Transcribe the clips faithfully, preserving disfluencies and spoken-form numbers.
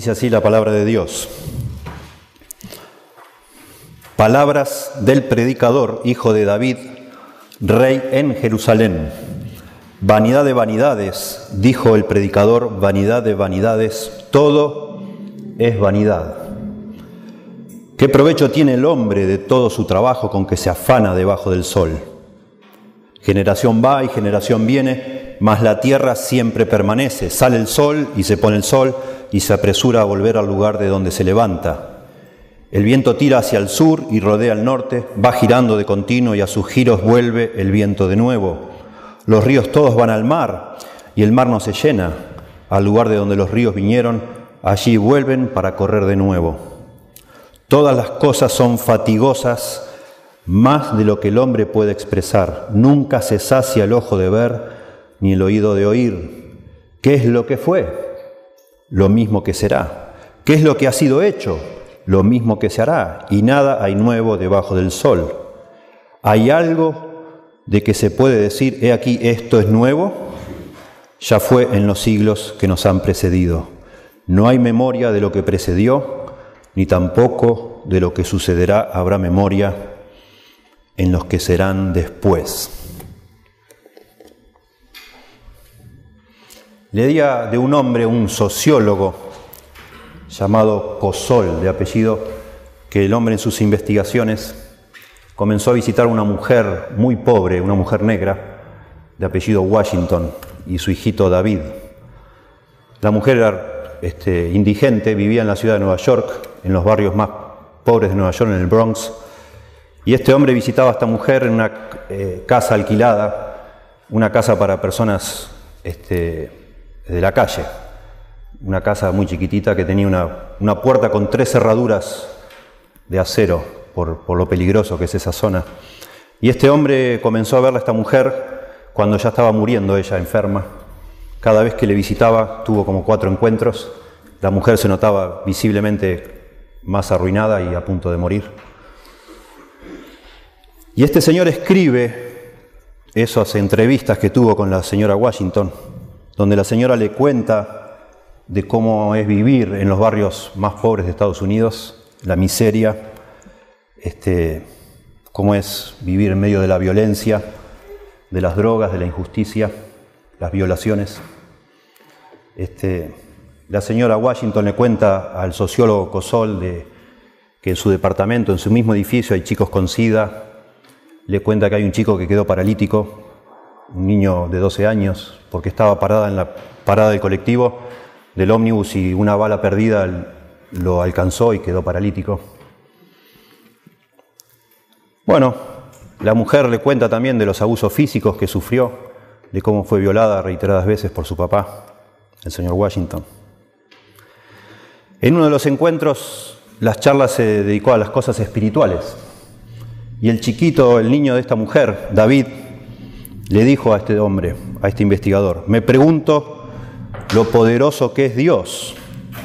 Dice así la palabra de Dios. Palabras del predicador, hijo de David, rey en Jerusalén. Vanidad de vanidades, dijo el predicador, vanidad de vanidades, todo es vanidad. ¿Qué provecho tiene el hombre de todo su trabajo con que se afana debajo del sol? Generación va y generación viene, mas la tierra siempre permanece. Sale el sol y se pone el sol y se apresura a volver al lugar de donde se levanta. El viento tira hacia el sur y rodea al norte, va girando de continuo y a sus giros vuelve el viento de nuevo. Los ríos todos van al mar y el mar no se llena. Al lugar de donde los ríos vinieron, allí vuelven para correr de nuevo. Todas las cosas son fatigosas, más de lo que el hombre puede expresar. Nunca se sacia el ojo de ver, ni el oído de oír. ¿Qué es lo que fue? Lo mismo que será. ¿Qué es lo que ha sido hecho? Lo mismo que se hará. Y nada hay nuevo debajo del sol. ¿Hay algo de que se puede decir, he aquí, esto es nuevo? Ya fue en los siglos que nos han precedido. No hay memoria de lo que precedió, ni tampoco de lo que sucederá habrá memoria en los que serán después. Leía de un hombre, un sociólogo llamado Kosol, de apellido, que el hombre en sus investigaciones comenzó a visitar una mujer muy pobre, una mujer negra, de apellido Washington, y su hijito David. La mujer era este, indigente, vivía en la ciudad de Nueva York, en los barrios más pobres de Nueva York, en el Bronx, y este hombre visitaba a esta mujer en una eh, casa alquilada, una casa para personas este, de la calle, una casa muy chiquitita que tenía una, una puerta con tres cerraduras de acero, por, por lo peligroso que es esa zona. Y este hombre comenzó a verla a esta mujer cuando ya estaba muriendo ella, enferma. Cada vez que le visitaba tuvo como cuatro encuentros. La mujer se notaba visiblemente más arruinada y a punto de morir. Y este señor escribe esas entrevistas que tuvo con la señora Washington, donde la señora le cuenta de cómo es vivir en los barrios más pobres de Estados Unidos, la miseria, este, cómo es vivir en medio de la violencia, de las drogas, de la injusticia, las violaciones. Este, la señora Washington le cuenta al sociólogo Kosol de que en su departamento, en su mismo edificio, hay chicos con SIDA. Le cuenta que hay un chico que quedó paralítico, un niño de doce años, porque estaba parada en la parada del colectivo del ómnibus y una bala perdida lo alcanzó y quedó paralítico. Bueno, la mujer le cuenta también de los abusos físicos que sufrió, de cómo fue violada reiteradas veces por su papá, el señor Washington. En uno de los encuentros, las charlas se dedicó a las cosas espirituales. Y el chiquito, el niño de esta mujer, David, le dijo a este hombre, a este investigador, me pregunto lo poderoso que es Dios.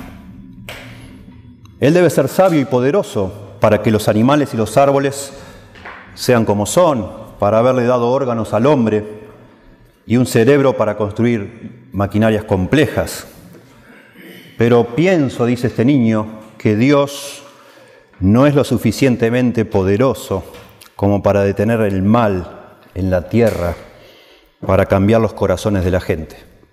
Él debe ser sabio y poderoso para que los animales y los árboles sean como son, para haberle dado órganos al hombre y un cerebro para construir maquinarias complejas. Pero pienso, dice este niño, que Dios no es lo suficientemente poderoso como para detener el mal en la tierra, para cambiar los corazones de la gente.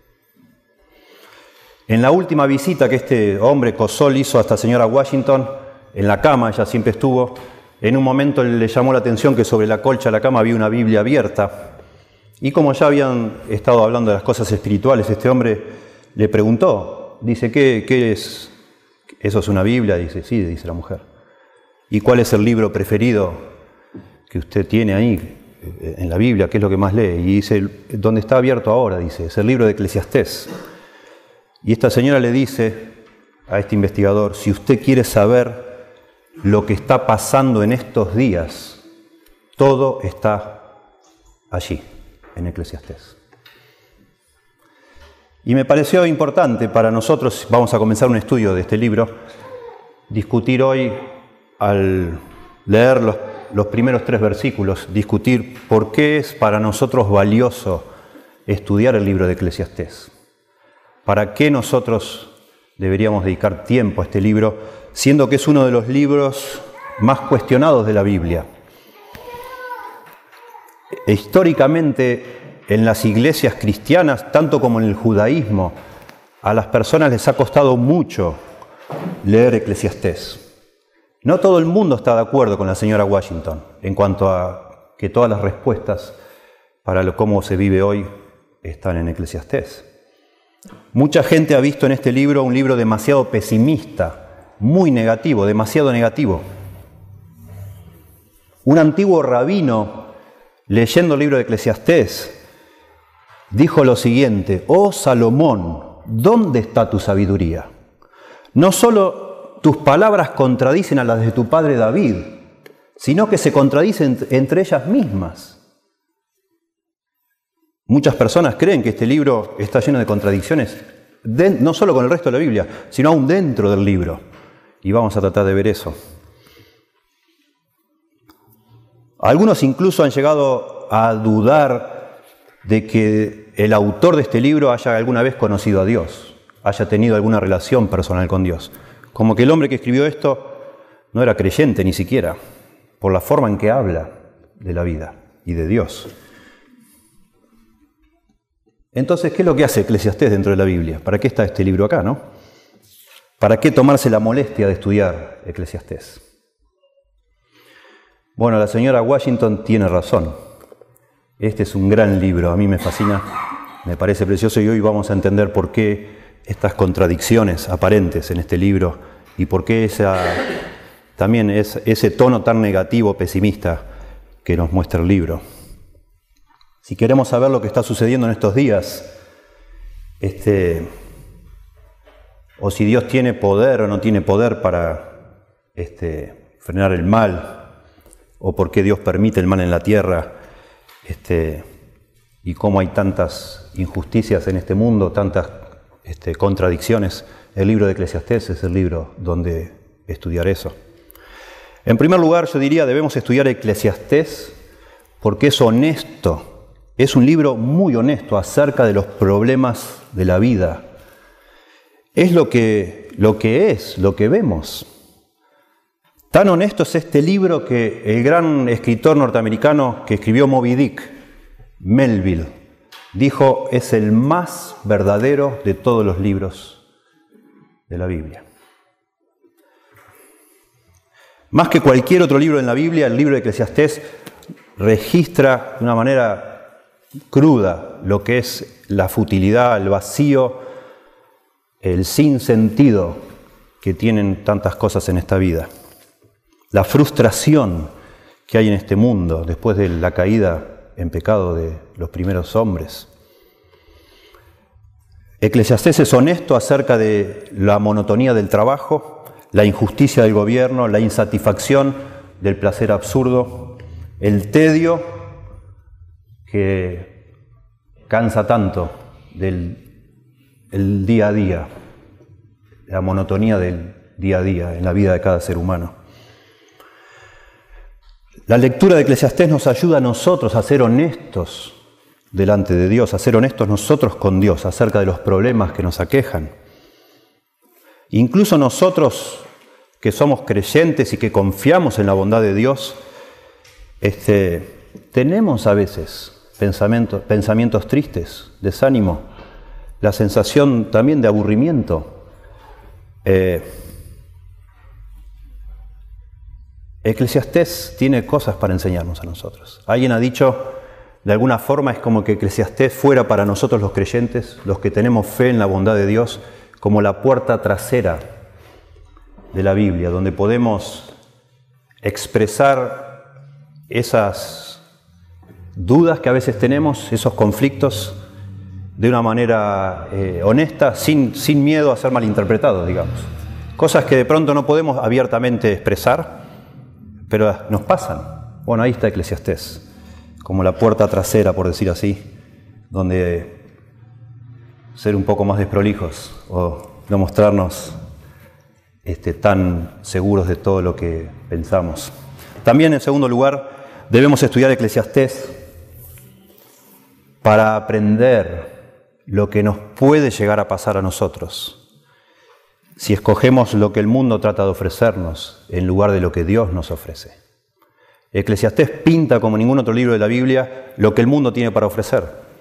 En la última visita que este hombre, Kosol, hizo a esta señora Washington, en la cama, ella siempre estuvo, en un momento le llamó la atención que sobre la colcha de la cama había una Biblia abierta. Y como ya habían estado hablando de las cosas espirituales, este hombre le preguntó, dice, ¿qué, qué es? ¿Eso es una Biblia? Dice, sí, dice la mujer. ¿Y cuál es el libro preferido que usted tiene ahí en la Biblia? ¿Qué es lo que más lee? Y dice, ¿dónde está abierto ahora? Dice, es el libro de Eclesiastés. Y esta señora le dice a este investigador, si usted quiere saber lo que está pasando en estos días, todo está allí, en Eclesiastés. Y me pareció importante para nosotros, vamos a comenzar un estudio de este libro, discutir hoy, al leer los, los primeros tres versículos, discutir por qué es para nosotros valioso estudiar el libro de Eclesiastés. ¿Para qué nosotros deberíamos dedicar tiempo a este libro, siendo que es uno de los libros más cuestionados de la Biblia. Históricamente, en las iglesias cristianas, tanto como en el judaísmo, a las personas les ha costado mucho leer Eclesiastés. No todo el mundo está de acuerdo con la señora Washington en cuanto a que todas las respuestas para lo, cómo se vive hoy están en Eclesiastés. Mucha gente ha visto en este libro un libro demasiado pesimista, muy negativo, demasiado negativo. Un antiguo rabino, leyendo el libro de Eclesiastés, dijo lo siguiente: «Oh Salomón, ¿dónde está tu sabiduría? No solo tus palabras contradicen a las de tu padre David, sino que se contradicen entre ellas mismas». Muchas personas creen que este libro está lleno de contradicciones, de, no solo con el resto de la Biblia, sino aún dentro del libro. Y vamos a tratar de ver eso. Algunos incluso han llegado a dudar de que el autor de este libro haya alguna vez conocido a Dios, haya tenido alguna relación personal con Dios. Como que el hombre que escribió esto no era creyente ni siquiera, por la forma en que habla de la vida y de Dios. Entonces, ¿qué es lo que hace Eclesiastés dentro de la Biblia? ¿Para qué está este libro acá, no? ¿Para qué tomarse la molestia de estudiar Eclesiastés? Bueno, la señora Washington tiene razón. Este es un gran libro, a mí me fascina, me parece precioso, y hoy vamos a entender por qué estas contradicciones aparentes en este libro y por qué esa, también es, ese tono tan negativo, pesimista que nos muestra el libro. Si queremos saber lo que está sucediendo en estos días, este, o si Dios tiene poder o no tiene poder para este, frenar el mal, o por qué Dios permite el mal en la tierra, este, y cómo hay tantas injusticias en este mundo, tantas este, contradicciones, el libro de Eclesiastés es el libro donde estudiar eso. En primer lugar, yo diría, debemos estudiar Eclesiastés porque es honesto. Es un libro muy honesto acerca de los problemas de la vida. Es lo que, lo que es, lo que vemos. Tan honesto es este libro que el gran escritor norteamericano que escribió Moby Dick, Melville, dijo es el más verdadero de todos los libros de la Biblia. Más que cualquier otro libro en la Biblia, el libro de Eclesiastés registra de una manera cruda lo que es la futilidad, el vacío, el sinsentido que tienen tantas cosas en esta vida. La frustración que hay en este mundo después de la caída en pecado de los primeros hombres. Eclesiastés es honesto acerca de la monotonía del trabajo, la injusticia del gobierno, la insatisfacción del placer absurdo, el tedio que cansa tanto del el día a día, la monotonía del día a día en la vida de cada ser humano. La lectura de Eclesiastés nos ayuda a nosotros a ser honestos delante de Dios, a ser honestos nosotros con Dios acerca de los problemas que nos aquejan. Incluso nosotros que somos creyentes y que confiamos en la bondad de Dios, este, tenemos a veces pensamientos, pensamientos tristes, desánimo, la sensación también de aburrimiento. Eh, Eclesiastés tiene cosas para enseñarnos a nosotros. Alguien ha dicho, de alguna forma es como que Eclesiastés fuera para nosotros los creyentes, los que tenemos fe en la bondad de Dios, como la puerta trasera de la Biblia, donde podemos expresar esas dudas que a veces tenemos, esos conflictos, de una manera eh, honesta, sin, sin miedo a ser malinterpretados, digamos. Cosas que de pronto no podemos abiertamente expresar, pero nos pasan. Bueno, ahí está Eclesiastés, como la puerta trasera, por decir así, donde ser un poco más desprolijos o no mostrarnos este, tan seguros de todo lo que pensamos. También, en segundo lugar, debemos estudiar Eclesiastés para aprender lo que nos puede llegar a pasar a nosotros si escogemos lo que el mundo trata de ofrecernos en lugar de lo que Dios nos ofrece. Eclesiastés pinta como ningún otro libro de la Biblia lo que el mundo tiene para ofrecer,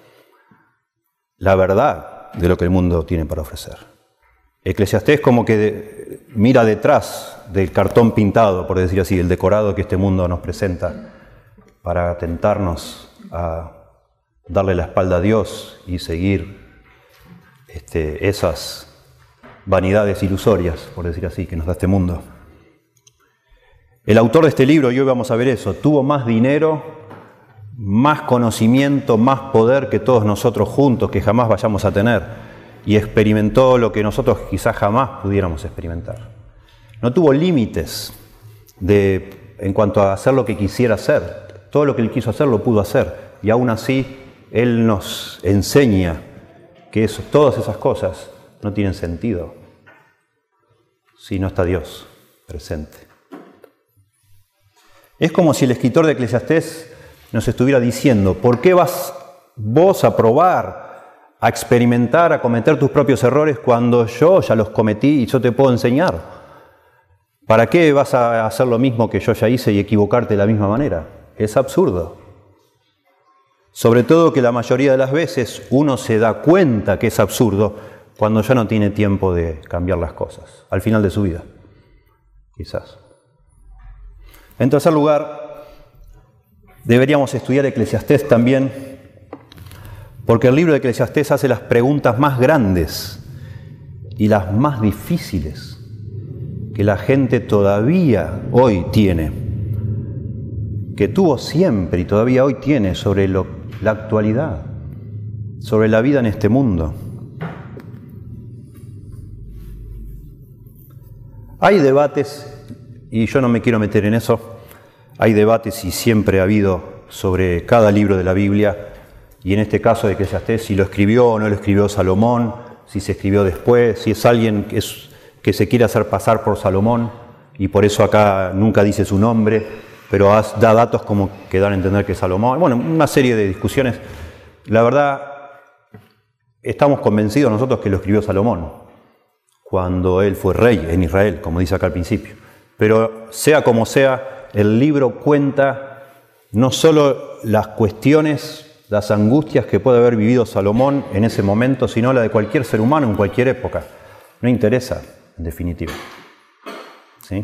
la verdad de lo que el mundo tiene para ofrecer. Eclesiastés como que de, mira detrás del cartón pintado, por decir así, el decorado que este mundo nos presenta para tentarnos a darle la espalda a Dios y seguir este, esas vanidades ilusorias, por decir así, que nos da este mundo. El autor de este libro, y hoy vamos a ver eso, tuvo más dinero, más conocimiento, más poder que todos nosotros juntos, que jamás vayamos a tener, y experimentó lo que nosotros quizás jamás pudiéramos experimentar. No tuvo límites de, en cuanto a hacer lo que quisiera hacer. Todo lo que él quiso hacer lo pudo hacer, y aún así él nos enseña que eso, todas esas cosas no tienen sentido si no está Dios presente. Es como si el escritor de Eclesiastés nos estuviera diciendo, ¿por qué vas vos a probar, a experimentar, a cometer tus propios errores cuando yo ya los cometí y yo te puedo enseñar? ¿Para qué vas a hacer lo mismo que yo ya hice y equivocarte de la misma manera? Es absurdo. Sobre todo que la mayoría de las veces uno se da cuenta que es absurdo cuando ya no tiene tiempo de cambiar las cosas, al final de su vida, quizás. En tercer lugar, deberíamos estudiar Eclesiastés también, porque el libro de Eclesiastés hace las preguntas más grandes y las más difíciles que la gente todavía hoy tiene, que tuvo siempre y todavía hoy tiene sobre lo, la actualidad, sobre la vida en este mundo. Hay debates, y yo no me quiero meter en eso, hay debates y siempre ha habido sobre cada libro de la Biblia, y en este caso de Eclesiastés, si lo escribió o no lo escribió Salomón, si se escribió después, si es alguien que, es, que se quiere hacer pasar por Salomón, y por eso acá nunca dice su nombre, pero da datos como que dan a entender que es Salomón. Bueno, una serie de discusiones. La verdad, estamos convencidos nosotros que lo escribió Salomón, cuando él fue rey en Israel, como dice acá al principio. Pero sea como sea, el libro cuenta no solo las cuestiones, las angustias que puede haber vivido Salomón en ese momento, sino la de cualquier ser humano en cualquier época. No interesa, en definitiva. ¿Sí?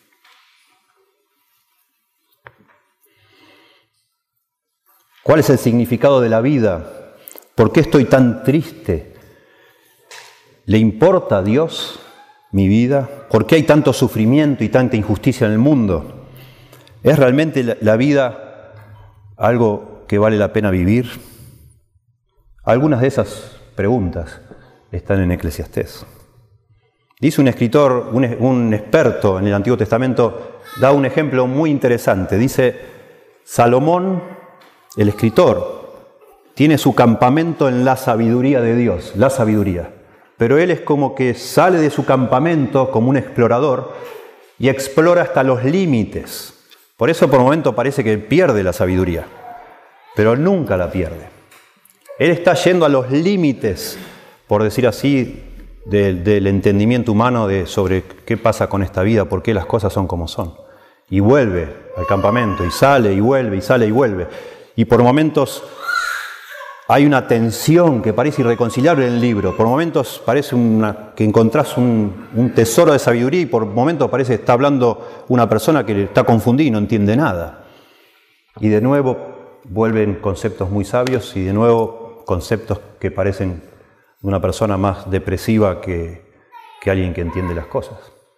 ¿Cuál es el significado de la vida? ¿Por qué estoy tan triste? ¿Le importa a Dios mi vida? ¿Por qué hay tanto sufrimiento y tanta injusticia en el mundo? ¿Es realmente la vida algo que vale la pena vivir? Algunas de esas preguntas están en Eclesiastés. Dice un escritor, un, un experto en el Antiguo Testamento, da un ejemplo muy interesante. Dice, Salomón, el escritor, tiene su campamento en la sabiduría de Dios, la sabiduría. Pero él es como que sale de su campamento como un explorador y explora hasta los límites. Por eso por momento parece que pierde la sabiduría, pero nunca la pierde. Él está yendo a los límites, por decir así, del, del entendimiento humano de sobre qué pasa con esta vida, por qué las cosas son como son. Y vuelve al campamento, y sale, y vuelve, y sale, y vuelve. Y por momentos hay una tensión que parece irreconciliable en el libro. Por momentos parece una, que encontrás un, un tesoro de sabiduría, y por momentos parece que está hablando una persona que está confundida y no entiende nada. Y de nuevo vuelven conceptos muy sabios, y de nuevo conceptos que parecen de una persona más depresiva que, que alguien que entiende las cosas.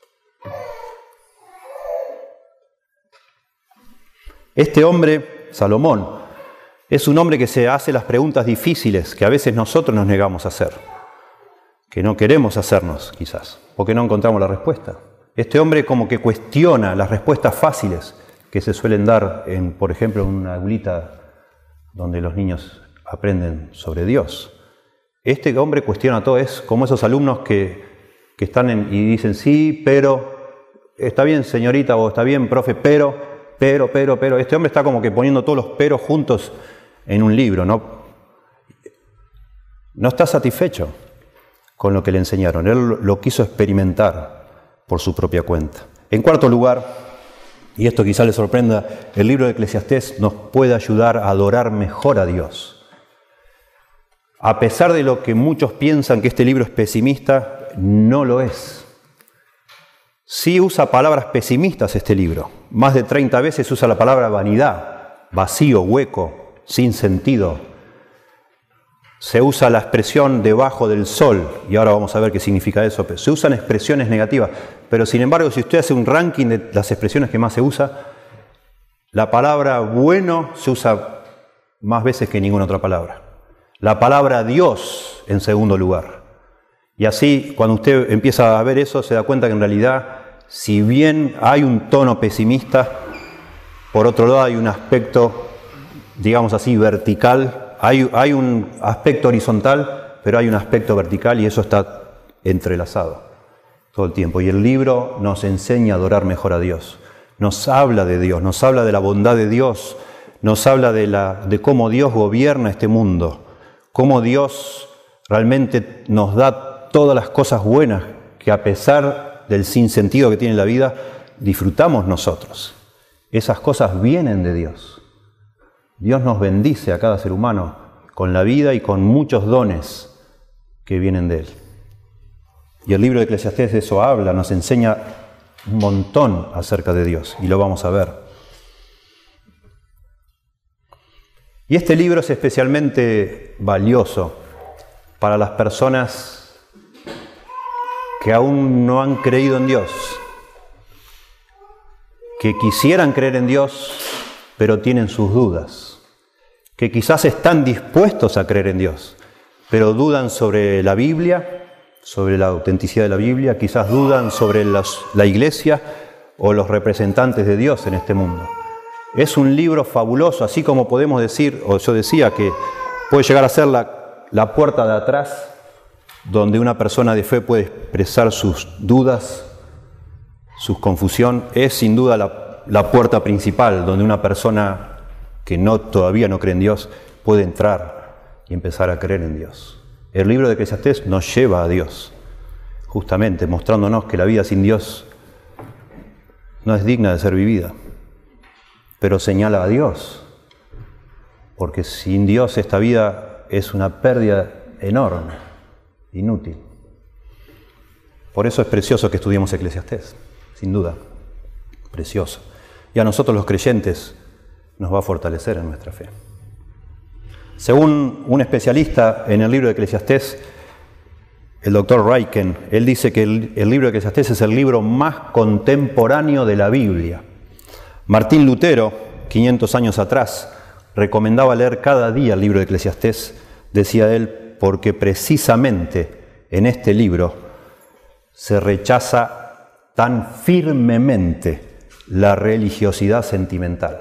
Este hombre, Salomón, es un hombre que se hace las preguntas difíciles que a veces nosotros nos negamos a hacer, que no queremos hacernos quizás, porque no encontramos la respuesta. Este hombre como que cuestiona las respuestas fáciles que se suelen dar, en, por ejemplo, en una aulita donde los niños aprenden sobre Dios. Este hombre cuestiona todo, es como esos alumnos que, que están en, y dicen sí, pero, está bien señorita, o está bien profe, pero, pero, pero, pero. Este hombre está como que poniendo todos los peros juntos en un libro, ¿no? No está satisfecho. con lo que le enseñaron. Él lo quiso experimentar por su propia cuenta. En cuarto lugar, y esto quizá le sorprenda, el libro de Eclesiastés nos puede ayudar a adorar mejor a Dios. A pesar de lo que muchos piensan que este libro es pesimista, no lo es. Sí usa palabras pesimistas este libro. Más de treinta veces usa la palabra vanidad, vacío, hueco, sin sentido. Se usa la expresión debajo del sol, y ahora vamos a ver qué significa eso. Se usan expresiones negativas, pero sin embargo, si usted hace un ranking de las expresiones que más se usa, la palabra bueno se usa más veces que ninguna otra palabra. La palabra Dios en segundo lugar. Y así, cuando usted empieza a ver eso, se da cuenta que en realidad, si bien hay un tono pesimista, por otro lado hay un aspecto, digamos así, vertical. Hay, hay un aspecto horizontal, pero hay un aspecto vertical y eso está entrelazado todo el tiempo. Y el libro nos enseña a adorar mejor a Dios. Nos habla de Dios, nos habla de la bondad de Dios, nos habla de, la, de cómo Dios gobierna este mundo, cómo Dios realmente nos da todas las cosas buenas que a pesar del sinsentido que tiene la vida, disfrutamos nosotros. Esas cosas vienen de Dios. Dios nos bendice a cada ser humano con la vida y con muchos dones que vienen de Él. Y el libro de Eclesiastés de eso habla, nos enseña un montón acerca de Dios, y lo vamos a ver. Y este libro es especialmente valioso para las personas que aún no han creído en Dios, que quisieran creer en Dios, pero tienen sus dudas, que quizás están dispuestos a creer en Dios, pero dudan sobre la Biblia, sobre la autenticidad de la Biblia, quizás dudan sobre los, la Iglesia o los representantes de Dios en este mundo. Es un libro fabuloso, así como podemos decir, o yo decía que puede llegar a ser la, la puerta de atrás, donde una persona de fe puede expresar sus dudas, su confusión, es sin duda la la puerta principal, donde una persona que no, todavía no cree en Dios puede entrar y empezar a creer en Dios. El libro de Eclesiastés nos lleva a Dios, justamente mostrándonos que la vida sin Dios no es digna de ser vivida, pero señala a Dios, porque sin Dios esta vida es una pérdida enorme, inútil. Por eso es precioso que estudiemos Eclesiastés, sin duda, precioso. Y a nosotros los creyentes nos va a fortalecer en nuestra fe. Según un especialista en el libro de Eclesiastés, el doctor Raiken, él dice que el, el libro de Eclesiastés es el libro más contemporáneo de la Biblia. Martín Lutero, quinientos años atrás, recomendaba leer cada día el libro de Eclesiastés, decía él, porque precisamente en este libro se rechaza tan firmemente la religiosidad sentimental.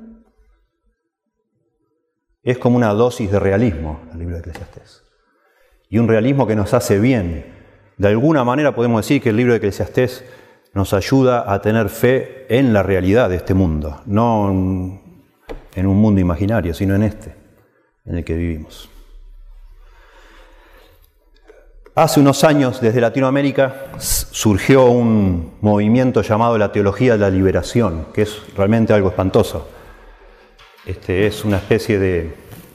Es como una dosis de realismo el libro de Eclesiastés. Y un realismo que nos hace bien. De alguna manera podemos decir que el libro de Eclesiastés nos ayuda a tener fe en la realidad de este mundo. No en un mundo imaginario, sino en este, en el que vivimos. Hace unos años, desde Latinoamérica, surgió un movimiento llamado la teología de la liberación, que es realmente algo espantoso. Este, es una especie de,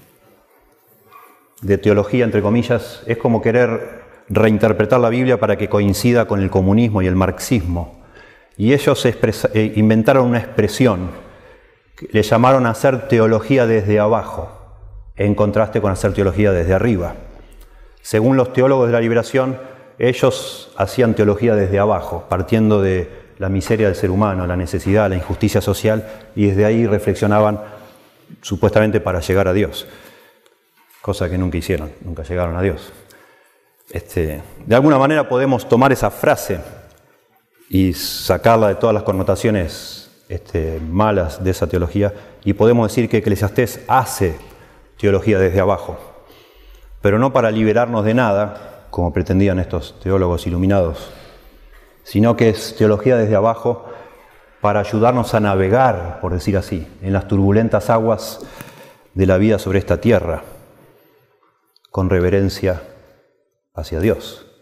de teología, entre comillas, es como querer reinterpretar la Biblia para que coincida con el comunismo y el marxismo. Y ellos expresa, eh, inventaron una expresión, que le llamaron a hacer teología desde abajo, en contraste con hacer teología desde arriba. Según los teólogos de la liberación, ellos hacían teología desde abajo, partiendo de la miseria del ser humano, la necesidad, la injusticia social, y desde ahí reflexionaban supuestamente para llegar a Dios, cosa que nunca hicieron, nunca llegaron a Dios. Este, de alguna manera podemos tomar esa frase y sacarla de todas las connotaciones este, malas de esa teología, y podemos decir que Eclesiastés hace teología desde abajo, pero no para liberarnos de nada, como pretendían estos teólogos iluminados, sino que es teología desde abajo para ayudarnos a navegar, por decir así, en las turbulentas aguas de la vida sobre esta tierra, con reverencia hacia Dios,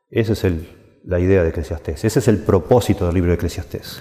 Esa es el, la idea de Eclesiastés, ese es el propósito del libro de Eclesiastés.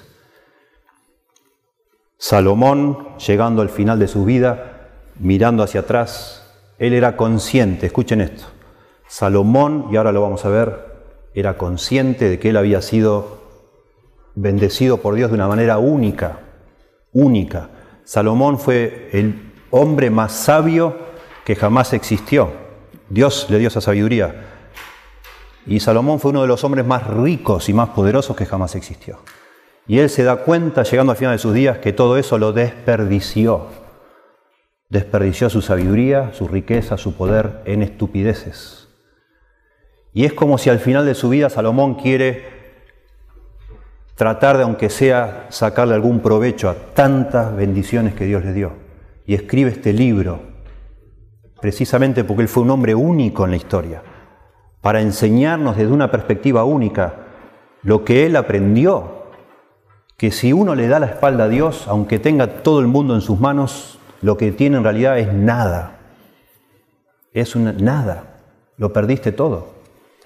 Salomón, llegando al final de su vida, mirando hacia atrás, él era consciente, escuchen esto, Salomón, y ahora lo vamos a ver, era consciente de que él había sido bendecido por Dios de una manera única, única. Salomón fue el hombre más sabio que jamás existió. Dios le dio esa sabiduría. Y Salomón fue uno de los hombres más ricos y más poderosos que jamás existió. Y él se da cuenta, llegando al final de sus días, que todo eso lo desperdició. Desperdició su sabiduría, su riqueza, su poder en estupideces. Y es como si al final de su vida Salomón quiere tratar de, aunque sea, sacarle algún provecho a tantas bendiciones que Dios le dio. Y escribe este libro, precisamente porque él fue un hombre único en la historia, para enseñarnos desde una perspectiva única lo que él aprendió, que si uno le da la espalda a Dios, aunque tenga todo el mundo en sus manos, lo que tiene en realidad es nada. Es una, nada. Lo perdiste todo.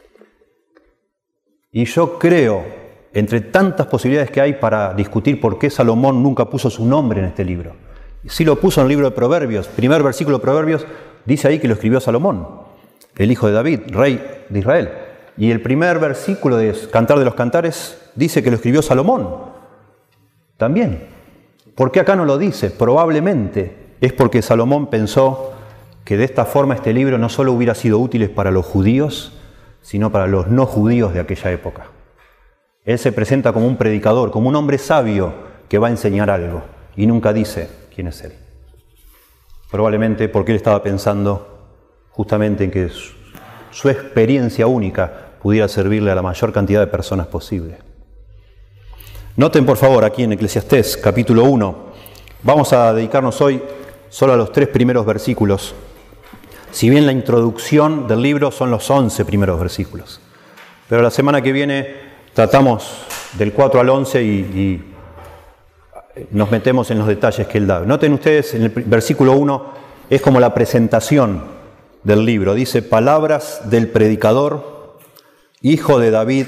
Y yo creo, entre tantas posibilidades que hay para discutir por qué Salomón nunca puso su nombre en este libro. Sí lo puso en el libro de Proverbios. Primer versículo de Proverbios dice ahí que lo escribió Salomón, el hijo de David, rey de Israel. Y el primer versículo de Cantar de los Cantares dice que lo escribió Salomón. También. ¿Por qué acá no lo dice? Probablemente es porque Salomón pensó que de esta forma este libro no solo hubiera sido útil para los judíos, sino para los no judíos de aquella época. Él se presenta como un predicador, como un hombre sabio que va a enseñar algo, y nunca dice quién es él. Probablemente porque él estaba pensando justamente en que su, su experiencia única pudiera servirle a la mayor cantidad de personas posible. Noten por favor aquí en Eclesiastés capítulo uno, vamos a dedicarnos hoy solo a los tres primeros versículos. Si bien la introducción del libro son los once primeros versículos, pero la semana que viene tratamos del cuatro al once y, y nos metemos en los detalles que él da. Noten ustedes, en el versículo uno es como la presentación del libro. Dice, palabras del predicador, hijo de David,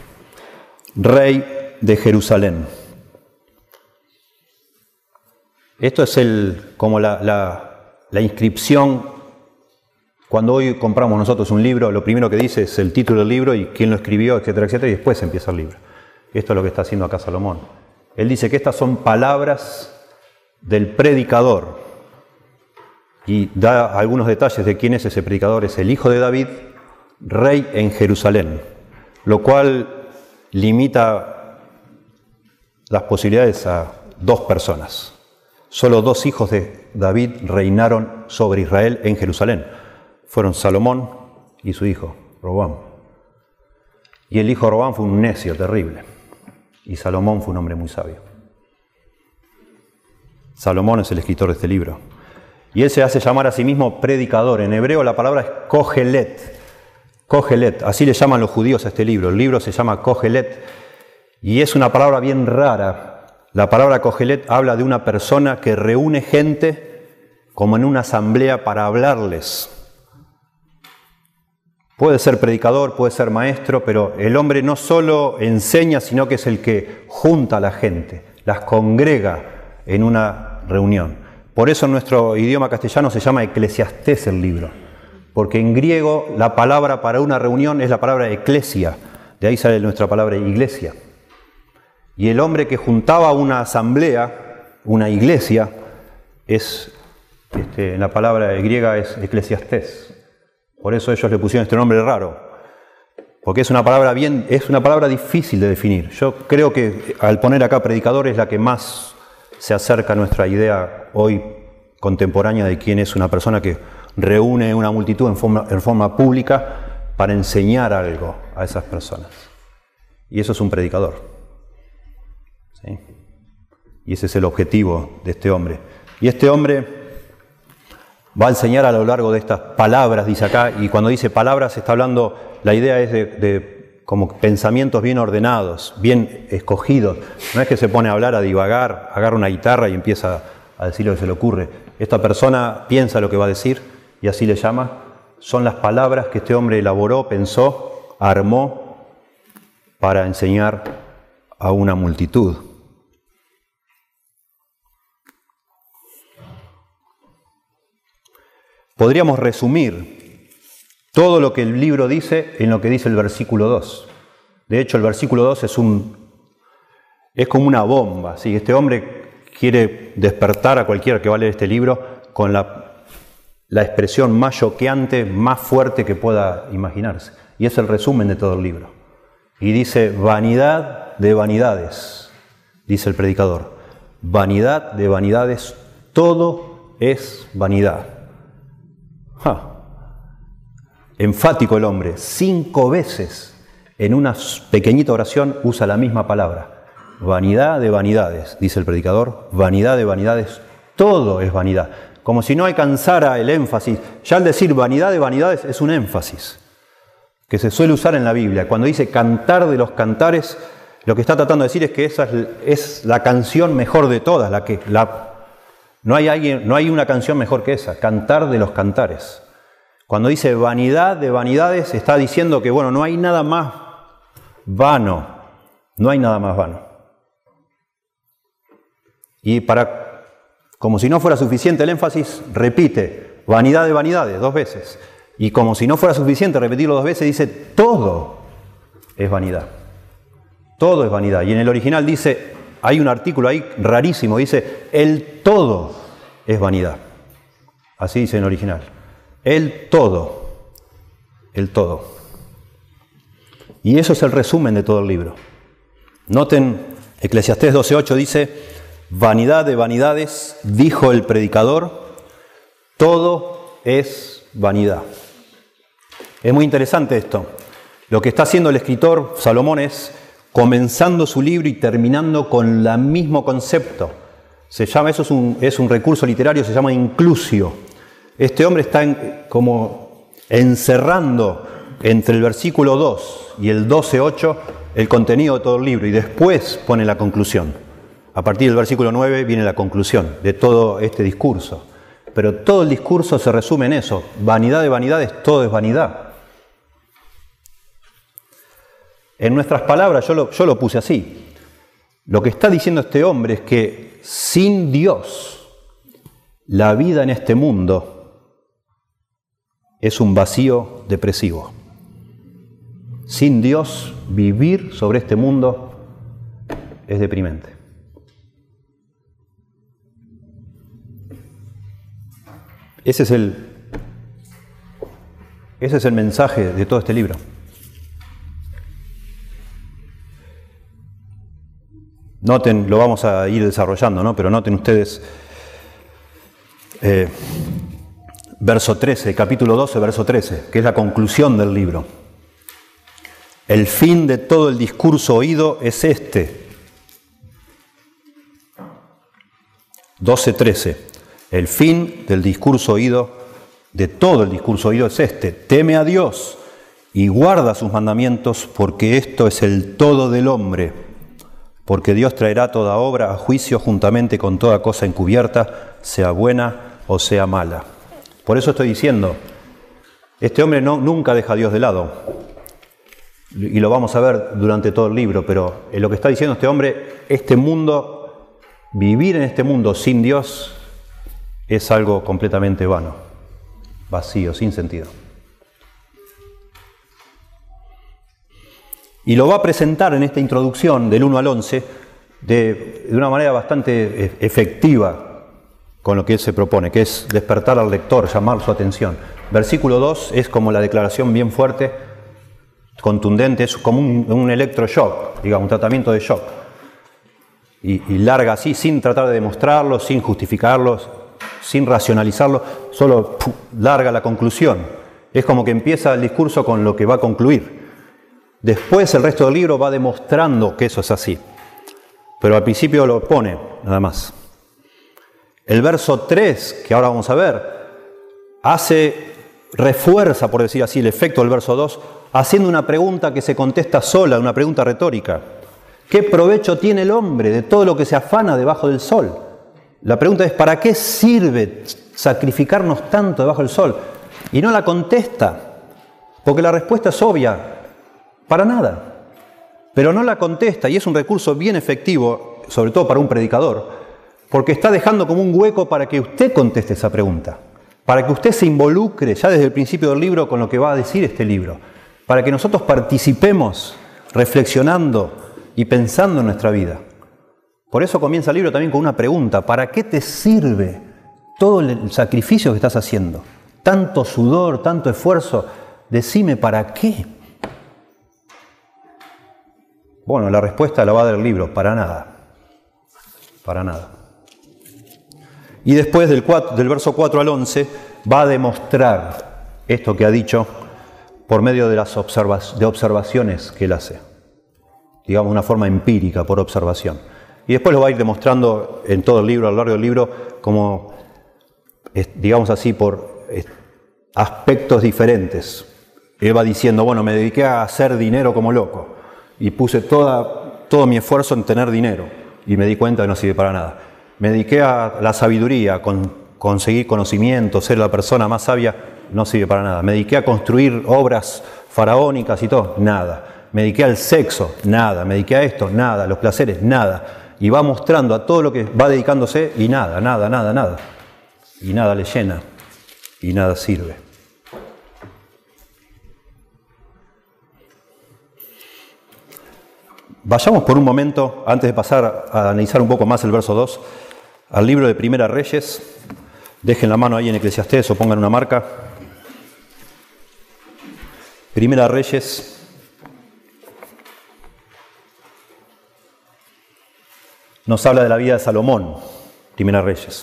rey de Jerusalén. Esto es el, como la, la, la inscripción. Cuando hoy compramos nosotros un libro, lo primero que dice es el título del libro y quién lo escribió, etcétera, etcétera, y después empieza el libro. Esto es lo que está haciendo acá Salomón. Él dice que estas son palabras del predicador y da algunos detalles de quién es ese predicador. Es el hijo de David, rey en Jerusalén, lo cual limita las posibilidades a dos personas. Solo dos hijos de David reinaron sobre Israel en Jerusalén. Fueron Salomón y su hijo, Roboam. Y el hijo de Roboam fue un necio terrible. Y Salomón fue un hombre muy sabio. Salomón es el escritor de este libro. Y él se hace llamar a sí mismo predicador. En hebreo la palabra es Kohelet. Kohelet, así le llaman los judíos a este libro. El libro se llama Kohelet. Y es una palabra bien rara. La palabra Kohelet habla de una persona que reúne gente como en una asamblea para hablarles. Puede ser predicador, puede ser maestro, pero el hombre no solo enseña, sino que es el que junta a la gente, las congrega en una reunión. Por eso en nuestro idioma castellano se llama Eclesiastés el libro, porque en griego la palabra para una reunión es la palabra eclesia, de ahí sale nuestra palabra iglesia. Y el hombre que juntaba una asamblea, una iglesia, es, este, en la palabra griega es Eclesiastés. Por eso ellos le pusieron este nombre raro, porque es una palabra bien, es una palabra difícil de definir. Yo creo que al poner acá predicador es la que más se acerca a nuestra idea hoy contemporánea de quién es una persona que reúne una multitud en forma, en forma pública para enseñar algo a esas personas. Y eso es un predicador. ¿Sí? Y ese es el objetivo de este hombre. Y este hombre va a enseñar a lo largo de estas palabras, dice acá, y cuando dice palabras está hablando, la idea es de, de como pensamientos bien ordenados, bien escogidos. No es que se pone a hablar, a divagar, agarra una guitarra y empieza a decir lo que se le ocurre. Esta persona piensa lo que va a decir y así le llama. Son las palabras que este hombre elaboró, pensó, armó para enseñar a una multitud. Podríamos resumir todo lo que el libro dice en lo que dice el versículo dos. De hecho, el versículo dos es, un, es como una bomba. ¿Sí? Este hombre quiere despertar a cualquiera que va a leer este libro con la, la expresión más choqueante, más fuerte que pueda imaginarse. Y es el resumen de todo el libro. Y dice, vanidad de vanidades, dice el predicador. Vanidad de vanidades, todo es vanidad. Ja. Enfático el hombre, cinco veces en una pequeñita oración usa la misma palabra. Vanidad de vanidades, dice el predicador, vanidad de vanidades, todo es vanidad. Como si no alcanzara el énfasis. Ya al decir vanidad de vanidades es un énfasis que se suele usar en la Biblia. Cuando dice cantar de los cantares, lo que está tratando de decir es que esa es, es la canción mejor de todas, la que la No hay, alguien, no hay una canción mejor que esa, cantar de los cantares. Cuando dice vanidad de vanidades, está diciendo que, bueno, no hay nada más vano, no hay nada más vano. Y para, como si no fuera suficiente el énfasis, repite, vanidad de vanidades, dos veces. Y como si no fuera suficiente repetirlo dos veces, dice, todo es vanidad. Todo es vanidad. Y en el original dice, hay un artículo ahí rarísimo, dice, el todo es vanidad. Así dice en el original. El todo. El todo. Y eso es el resumen de todo el libro. Noten, Eclesiastés doce ocho dice, vanidad de vanidades, dijo el predicador, todo es vanidad. Es muy interesante esto. Lo que está haciendo el escritor Salomón es comenzando su libro y terminando con el mismo concepto. Se llama, eso es un, es un recurso literario, se llama inclusio. Este hombre está en, como encerrando entre el versículo dos y el doce ocho el contenido de todo el libro y después pone la conclusión. A partir del versículo nueve viene la conclusión de todo este discurso. Pero todo el discurso se resume en eso. Vanidad de vanidades, todo es vanidad. En nuestras palabras, yo lo, yo lo puse así. Lo que está diciendo este hombre es que sin Dios, la vida en este mundo es un vacío depresivo. Sin Dios, vivir sobre este mundo es deprimente. Ese es el, ese es el mensaje de todo este libro. Noten, lo vamos a ir desarrollando, ¿no? Pero noten ustedes, eh, verso trece, capítulo doce, verso trece, que es la conclusión del libro. El fin de todo el discurso oído es este. doce trece. El fin del discurso oído, de todo el discurso oído es este. Teme a Dios y guarda sus mandamientos, porque esto es el todo del hombre. Porque Dios traerá toda obra a juicio juntamente con toda cosa encubierta, sea buena o sea mala. Por eso estoy diciendo, este hombre no, nunca deja a Dios de lado. Y lo vamos a ver durante todo el libro, pero lo que está diciendo este hombre, este mundo, vivir en este mundo sin Dios es algo completamente vano, vacío, sin sentido. Y lo va a presentar en esta introducción del uno al once de, de una manera bastante efectiva con lo que él se propone, que es despertar al lector, llamar su atención. Versículo dos es como la declaración bien fuerte, contundente, es como un, un electroshock, digamos, un tratamiento de shock. Y, y larga así, sin tratar de demostrarlo, sin justificarlo, sin racionalizarlo, solo ¡pum!, larga la conclusión. Es como que empieza el discurso con lo que va a concluir. Después el resto del libro va demostrando que eso es así. Pero al principio lo pone, nada más. El verso tres, que ahora vamos a ver, hace, refuerza, por decir así, el efecto del verso dos, haciendo una pregunta que se contesta sola, una pregunta retórica. ¿Qué provecho tiene el hombre de todo lo que se afana debajo del sol? La pregunta es, ¿para qué sirve sacrificarnos tanto debajo del sol? Y no la contesta, porque la respuesta es obvia. Para nada. pero no la contesta, y es un recurso bien efectivo, sobre todo para un predicador, porque está dejando como un hueco para que usted conteste esa pregunta, para que usted se involucre ya desde el principio del libro con lo que va a decir este libro, para que nosotros participemos reflexionando y pensando en nuestra vida. Por eso comienza el libro también con una pregunta: ¿para qué te sirve todo el sacrificio que estás haciendo? Tanto sudor, tanto esfuerzo, decime ¿para qué? Bueno, la respuesta la va a dar el libro: para nada, para nada. Y después del, cuatro, del verso cuatro al once va a demostrar esto que ha dicho por medio de las observa- de observaciones que él hace. Digamos, una forma empírica, por observación. Y después lo va a ir demostrando en todo el libro, a lo largo del libro, como, digamos así, por aspectos diferentes. Él va diciendo, bueno, me dediqué a hacer dinero como loco y puse toda, todo mi esfuerzo en tener dinero y me di cuenta que no sirve para nada. Me dediqué a la sabiduría, a con, conseguir conocimiento, ser la persona más sabia, no sirve para nada. Me dediqué a construir obras faraónicas y todo, nada. Me dediqué al sexo, nada. Me dediqué a esto, nada. Los placeres, nada. Y va mostrando a todo lo que va dedicándose y nada, nada, nada, nada. Y nada le llena y nada sirve. Vayamos por un momento, antes de pasar a analizar un poco más el verso dos, al libro de Primera Reyes. Dejen la mano ahí en Eclesiastés o pongan una marca. Primera Reyes. Nos habla de la vida de Salomón. Primera Reyes.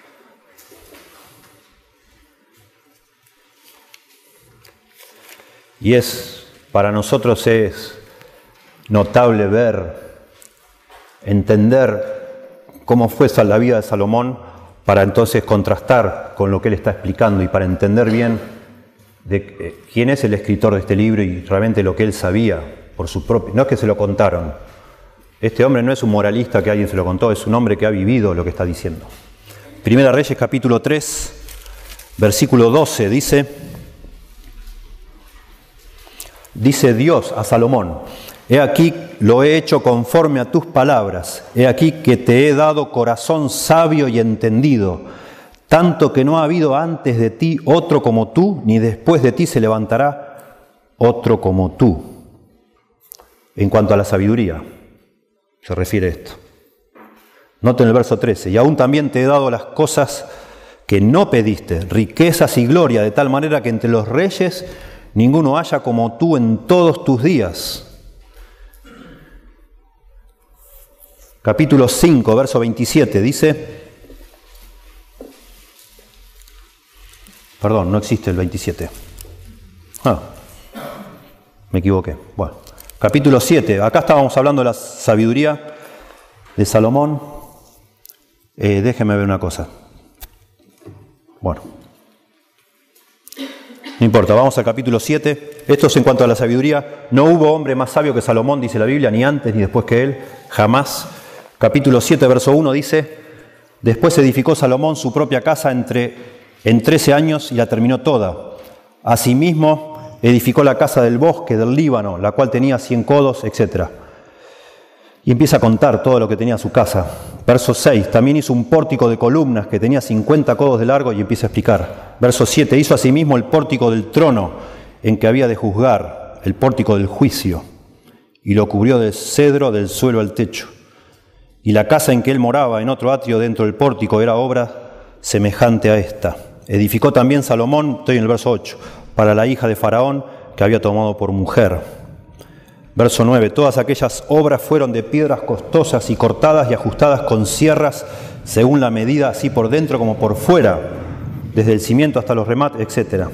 Y es, para nosotros es notable ver, entender cómo fue la vida de Salomón, para entonces contrastar con lo que él está explicando y para entender bien de quién es el escritor de este libro y realmente lo que él sabía por su propio. No es que se lo contaron. Este hombre no es un moralista que alguien se lo contó, es un hombre que ha vivido lo que está diciendo. Primera Reyes capítulo tres, versículo doce, dice, dice Dios a Salomón: he aquí lo he hecho conforme a tus palabras, he aquí que te he dado corazón sabio y entendido, tanto que no ha habido antes de ti otro como tú, ni después de ti se levantará otro como tú. En cuanto a la sabiduría, se refiere a esto. Noten el verso trece, y aún también te he dado las cosas que no pediste, riquezas y gloria, de tal manera que entre los reyes ninguno haya como tú en todos tus días. Capítulo cinco, verso veintisiete, dice, perdón, no existe el veintisiete. Ah, me equivoqué. Bueno, capítulo siete, acá estábamos hablando de la sabiduría de Salomón. Eh, déjeme ver una cosa. Bueno, no importa, vamos al capítulo siete. Esto es en cuanto a la sabiduría. No hubo hombre más sabio que Salomón, dice la Biblia, ni antes ni después que él, jamás. Capítulo siete, verso uno dice, después edificó Salomón su propia casa entre, en trece años y la terminó toda. Asimismo, edificó la casa del bosque del Líbano, la cual tenía cien codos, etcétera. Y empieza a contar todo lo que tenía su casa. Verso seis, también hizo un pórtico de columnas que tenía cincuenta codos de largo y empieza a explicar. Verso siete, hizo asimismo el pórtico del trono en que había de juzgar, el pórtico del juicio, y lo cubrió de cedro del suelo al techo. Y la casa en que él moraba, en otro atrio dentro del pórtico, era obra semejante a esta. Edificó también Salomón, estoy en el verso ocho, para la hija de Faraón, que había tomado por mujer. Verso nueve, todas aquellas obras fueron de piedras costosas y cortadas y ajustadas con sierras, según la medida, así por dentro como por fuera, desde el cimiento hasta los remates, etcétera.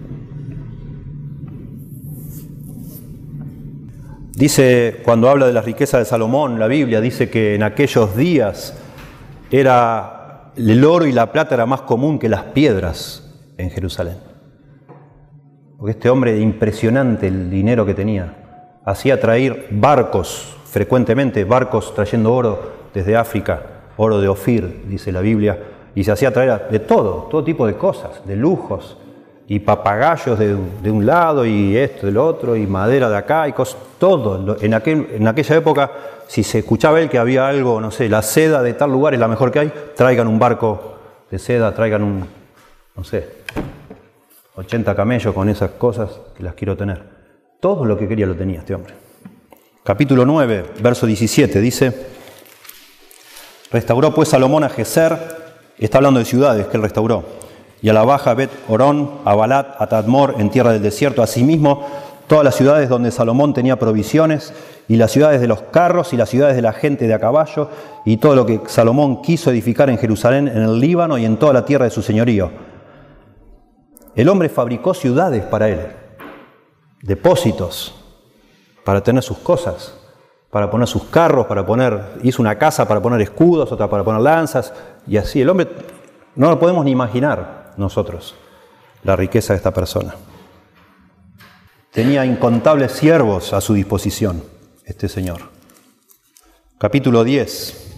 Dice, cuando habla de las riquezas de Salomón, la Biblia dice que en aquellos días era el oro y la plata era más común que las piedras en Jerusalén. Porque este hombre, impresionante el dinero que tenía, hacía traer barcos, frecuentemente barcos trayendo oro desde África, oro de Ofir, dice la Biblia, y se hacía traer de todo, todo tipo de cosas, de lujos, y papagayos de, de un lado y esto del otro y madera de acá y cosas, todo. En, aquel, en aquella época, si se escuchaba él que había algo, no sé, la seda de tal lugar es la mejor que hay, traigan un barco de seda, traigan un, no sé, ochenta camellos con esas cosas que las quiero tener. Todo lo que quería lo tenía este hombre. Capítulo nueve, verso diecisiete, dice: restauró pues Salomón a Geser, está hablando de ciudades que él restauró, y a la baja Bet Orón, a Balat, a Tadmor, en tierra del desierto, asimismo todas las ciudades donde Salomón tenía provisiones, y las ciudades de los carros, y las ciudades de la gente de a caballo, y todo lo que Salomón quiso edificar en Jerusalén, en el Líbano y en toda la tierra de su señorío. El hombre fabricó ciudades para él, depósitos, para tener sus cosas, para poner sus carros, para poner, hizo una casa para poner escudos, otra para poner lanzas, y así. El hombre, no lo podemos ni imaginar nosotros, la riqueza de esta persona. Tenía incontables siervos a su disposición, este señor. Capítulo diez,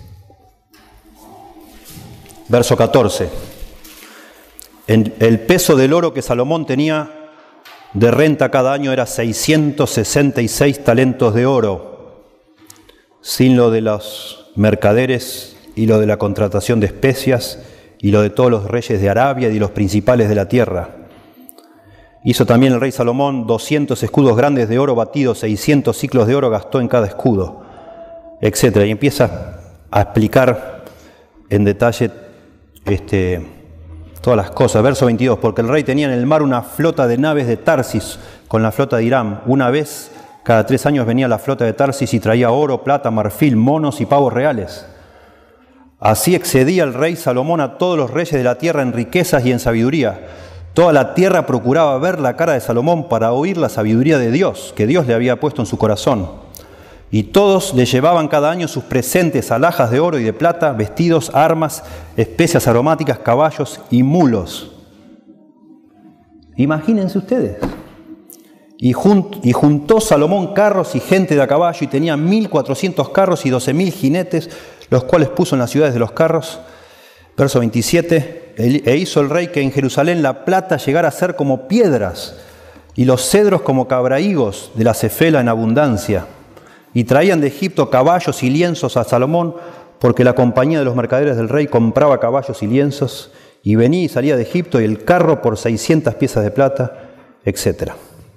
verso catorce. En el peso del oro que Salomón tenía de renta cada año era seiscientos sesenta y seis talentos de oro, sin lo de los mercaderes y lo de la contratación de especias y lo de todos los reyes de Arabia y los principales de la tierra. Hizo también el rey Salomón doscientos escudos grandes de oro batidos, seiscientos ciclos de oro gastó en cada escudo, etcétera. Y empieza a explicar en detalle este, todas las cosas. Verso veintidós, porque el rey tenía en el mar una flota de naves de Tarsis con la flota de Hiram. Una vez cada tres años venía la flota de Tarsis y traía oro, plata, marfil, monos y pavos reales. Así excedía el rey Salomón a todos los reyes de la tierra en riquezas y en sabiduría. Toda la tierra procuraba ver la cara de Salomón para oír la sabiduría de Dios, que Dios le había puesto en su corazón. Y todos le llevaban cada año sus presentes, alhajas de oro y de plata, vestidos, armas, especias aromáticas, caballos y mulos. Imagínense ustedes. Y, junt, y juntó Salomón carros y gente de a caballo, y tenía mil cuatrocientos carros y doce mil jinetes, los cuales puso en las ciudades de los carros. Verso veintisiete, e hizo el rey que en Jerusalén la plata llegara a ser como piedras, y los cedros como cabrahigos de la cefela en abundancia. Y traían de Egipto caballos y lienzos a Salomón, porque la compañía de los mercaderes del rey compraba caballos y lienzos, y venía y salía de Egipto, y el carro por seiscientas piezas de plata, etcétera.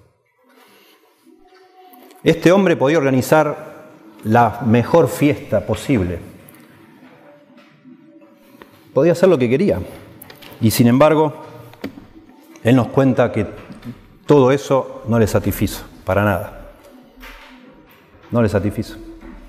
Este hombre podía organizar la mejor fiesta posible. Podía hacer lo que quería. Y sin embargo, él nos cuenta que todo eso no le satisfizo, para nada. No le satisfizo.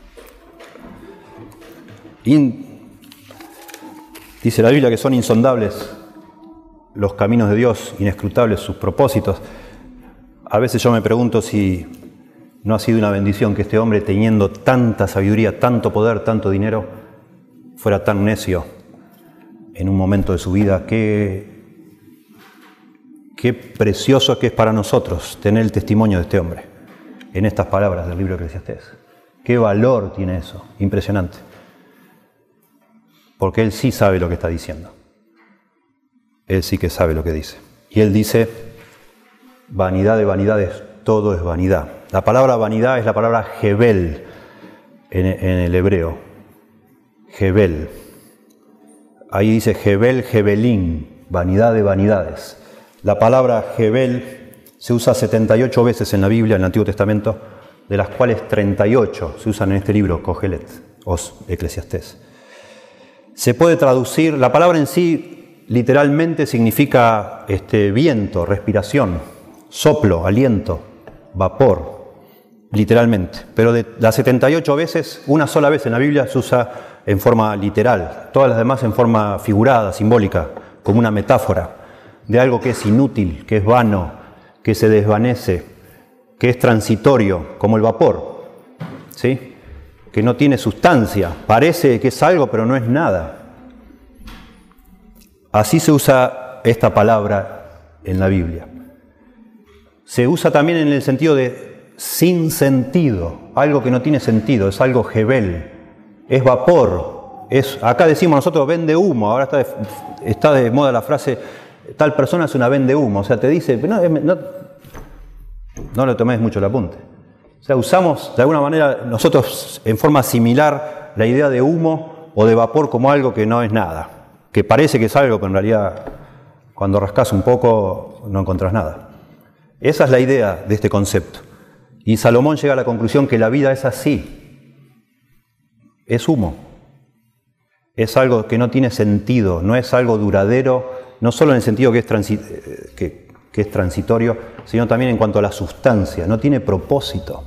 In, dice la Biblia que son insondables los caminos de Dios, inescrutables sus propósitos. A veces yo me pregunto si no ha sido una bendición que este hombre, teniendo tanta sabiduría, tanto poder, tanto dinero, fuera tan necio en un momento de su vida. Qué, qué precioso que es para nosotros tener el testimonio de este hombre en estas palabras del libro de Eclesiastés. Qué valor tiene eso, impresionante. Porque él sí sabe lo que está diciendo. Él sí que sabe lo que dice. Y él dice, vanidad de vanidades, todo es vanidad. La palabra vanidad es la palabra Jebel en, en el hebreo. Jebel. Ahí dice Jebel, Jebelín, vanidad de vanidades. La palabra Jebel se usa setenta y ocho veces en la Biblia, en el Antiguo Testamento, de las cuales treinta y ocho se usan en este libro, Kohelet, o Eclesiastés. Se puede traducir, la palabra en sí literalmente significa este, viento, respiración, soplo, aliento, vapor, literalmente. Pero de las setenta y ocho veces, una sola vez en la Biblia se usa en forma literal, todas las demás en forma figurada, simbólica, como una metáfora de algo que es inútil, que es vano, que se desvanece, que es transitorio, como el vapor, ¿sí? Que no tiene sustancia, parece que es algo, pero no es nada. Así se usa esta palabra en la Biblia. Se usa también en el sentido de sin sentido, algo que no tiene sentido, es algo jebel, es vapor. Es, acá decimos nosotros vende humo, ahora está de, está de moda la frase tal persona es una vende humo. O sea, te dice, no, no, no le tomes mucho el apunte. O sea, usamos de alguna manera nosotros en forma similar la idea de humo o de vapor como algo que no es nada. Que parece que es algo, pero en realidad cuando rascas un poco no encontrás nada. Esa es la idea de este concepto. Y Salomón llega a la conclusión que la vida es así. Es humo. Es algo que no tiene sentido, no es algo duradero, no solo en el sentido que es, transi que, que es transitorio, sino también en cuanto a la sustancia, no tiene propósito.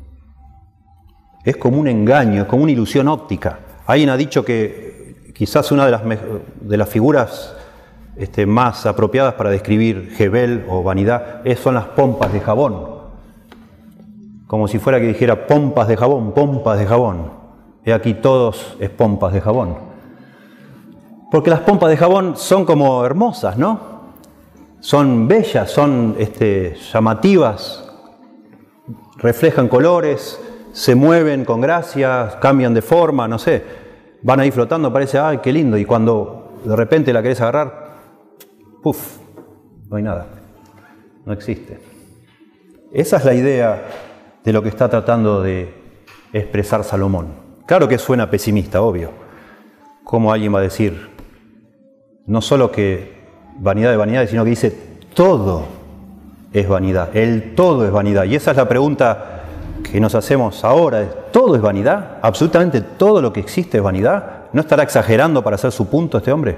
Es como un engaño, es como una ilusión óptica. Alguien ha dicho que quizás una de las, de las figuras este, más apropiadas para describir Jebel o vanidad es, son las pompas de jabón. Como si fuera que dijera pompas de jabón, pompas de jabón. He aquí todos es pompas de jabón. Porque las pompas de jabón son como hermosas, ¿no? Son bellas, son este, llamativas, reflejan colores, se mueven con gracia, cambian de forma, no sé. Van ahí flotando, parece, ¡ay, qué lindo! Y cuando de repente la querés agarrar, ¡puf! No hay nada, no existe. Esa es la idea de lo que está tratando de expresar Salomón. Claro que suena pesimista, obvio. ¿Cómo alguien va a decir, no solo que vanidad de vanidades, sino que dice todo es vanidad, el todo es vanidad? Y esa es la pregunta que nos hacemos ahora. ¿Todo es vanidad? ¿Absolutamente todo lo que existe es vanidad? ¿No estará exagerando para hacer su punto este hombre?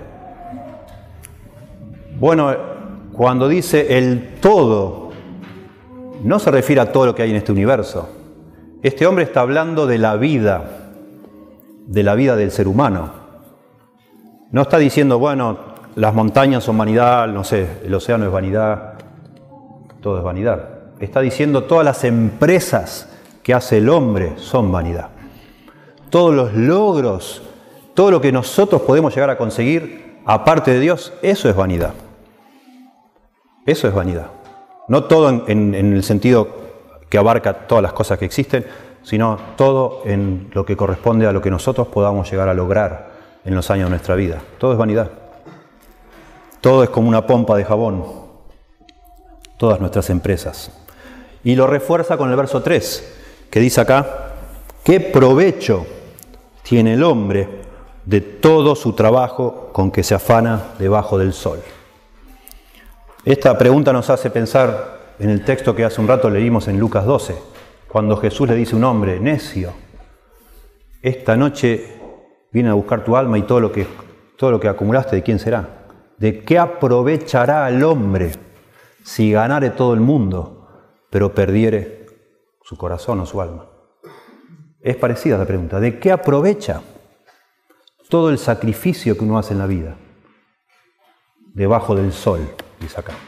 Bueno, cuando dice el todo, no se refiere a todo lo que hay en este universo. Este hombre está hablando de la vida, de la vida del ser humano. No está diciendo, bueno, las montañas son vanidad, no sé, el océano es vanidad, todo es vanidad. Está diciendo todas las empresas que hace el hombre son vanidad. Todos los logros, todo lo que nosotros podemos llegar a conseguir, aparte de Dios, eso es vanidad. Eso es vanidad. No todo en, en, en el sentido que abarca todas las cosas que existen, sino todo en lo que corresponde a lo que nosotros podamos llegar a lograr en los años de nuestra vida. Todo es vanidad. Todo es como una pompa de jabón. Todas nuestras empresas. Y lo refuerza con el verso tres, que dice acá, ¿qué provecho tiene el hombre de todo su trabajo con que se afana debajo del sol? Esta pregunta nos hace pensar en el texto que hace un rato leímos en Lucas doce, cuando Jesús le dice a un hombre, necio, esta noche viene a buscar tu alma y todo lo que, todo lo que acumulaste, ¿de quién será? ¿De qué aprovechará al hombre si ganare todo el mundo, pero perdiere su corazón o su alma? Es parecida la pregunta. ¿De qué aprovecha todo el sacrificio que uno hace en la vida? Debajo del sol, dice acá.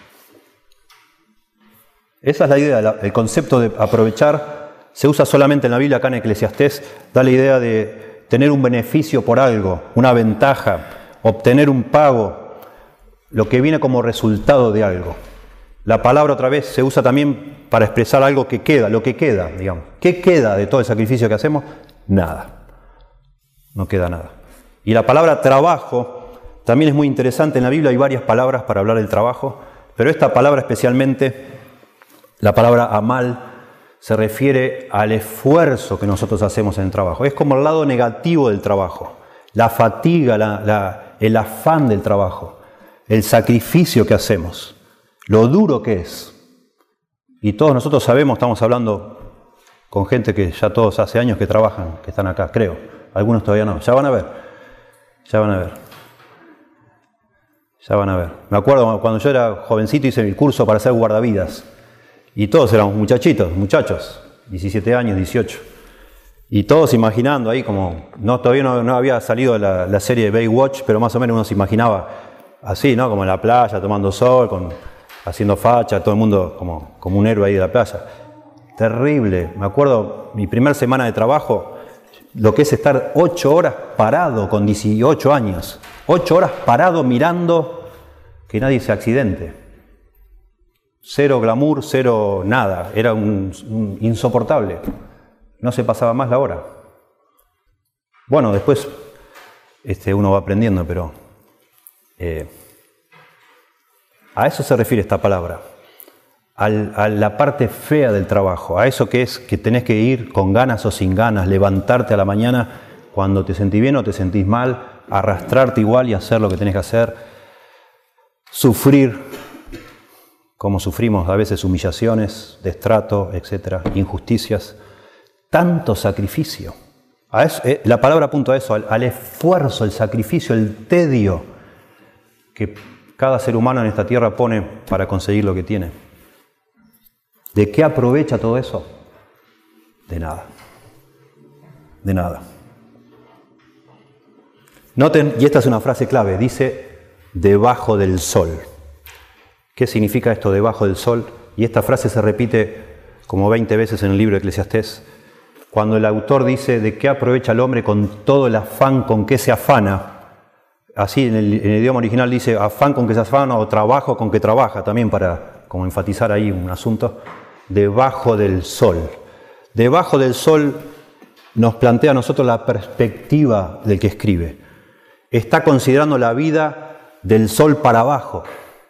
Esa es la idea, el concepto de aprovechar se usa solamente en la Biblia. Acá en Eclesiastés da la idea de tener un beneficio por algo, una ventaja, obtener un pago, lo que viene como resultado de algo. La palabra otra vez se usa también para expresar algo que queda, lo que queda, digamos. ¿Qué queda de todo el sacrificio que hacemos? Nada. No queda nada. Y la palabra trabajo también es muy interesante. En la Biblia hay varias palabras para hablar del trabajo, pero esta palabra especialmente, la palabra amal, se refiere al esfuerzo que nosotros hacemos en el trabajo. Es como el lado negativo del trabajo, la fatiga, la, la, el afán del trabajo, el sacrificio que hacemos, lo duro que es. Y todos nosotros sabemos, estamos hablando con gente que ya todos hace años que trabajan, que están acá, creo. Algunos todavía no. Ya van a ver, ya van a ver. Ya van a ver. Me acuerdo cuando yo era jovencito hice mi curso para ser guardavidas. Y todos éramos muchachitos, muchachos, diecisiete años, dieciocho. Y todos imaginando ahí como, no, todavía no, no había salido la, la serie de Baywatch, pero más o menos uno se imaginaba así, ¿no? Como en la playa, tomando sol, con, haciendo facha, todo el mundo como, como un héroe ahí de la playa. Terrible. Me acuerdo, mi primera semana de trabajo, lo que es estar ocho horas parado con dieciocho años. Ocho horas parado mirando que nadie se accidente. Cero glamour, cero nada. Era un, un insoportable. No se pasaba más la hora. Bueno, después este, uno va aprendiendo, pero eh, A eso se refiere esta palabra, al, a la parte fea del trabajo, a eso que es que tenés que ir con ganas o sin ganas, levantarte a la mañana cuando te sentís bien o te sentís mal, arrastrarte igual y hacer lo que tenés que hacer, sufrir, como sufrimos a veces humillaciones, destrato, etcétera, injusticias, tanto sacrificio. A eso, eh, la palabra apunta a eso, al, al esfuerzo, el sacrificio, el tedio que cada ser humano en esta tierra pone para conseguir lo que tiene. ¿De qué aprovecha todo eso? De nada. De nada. Noten, y esta es una frase clave, dice debajo del sol. ¿Qué significa esto debajo del sol? Y esta frase se repite como veinte veces en el libro de Eclesiastés. Cuando el autor dice de qué aprovecha el hombre con todo el afán con que se afana, así en el, en el idioma original dice afán con que se afana o trabajo con que trabaja, también para como enfatizar ahí un asunto, debajo del sol. Debajo del sol nos plantea a nosotros la perspectiva del que escribe. Está considerando la vida del sol para abajo,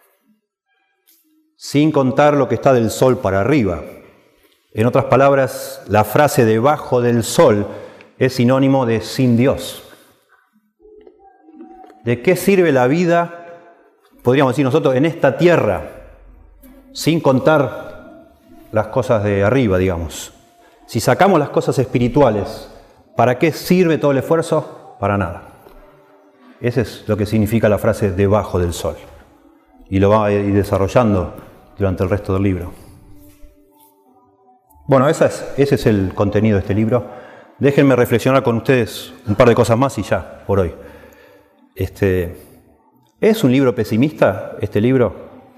sin contar lo que está del sol para arriba. En otras palabras, la frase debajo del sol es sinónimo de sin Dios. ¿De qué sirve la vida, podríamos decir nosotros, en esta tierra, sin contar las cosas de arriba, digamos? Si sacamos las cosas espirituales, ¿para qué sirve todo el esfuerzo? Para nada. Ese es lo que significa la frase debajo del sol. Y lo va a ir desarrollando durante el resto del libro. Bueno, esa es, ese es el contenido de este libro. Déjenme reflexionar con ustedes un par de cosas más y ya, por hoy. Este, ¿Es un libro pesimista, este libro?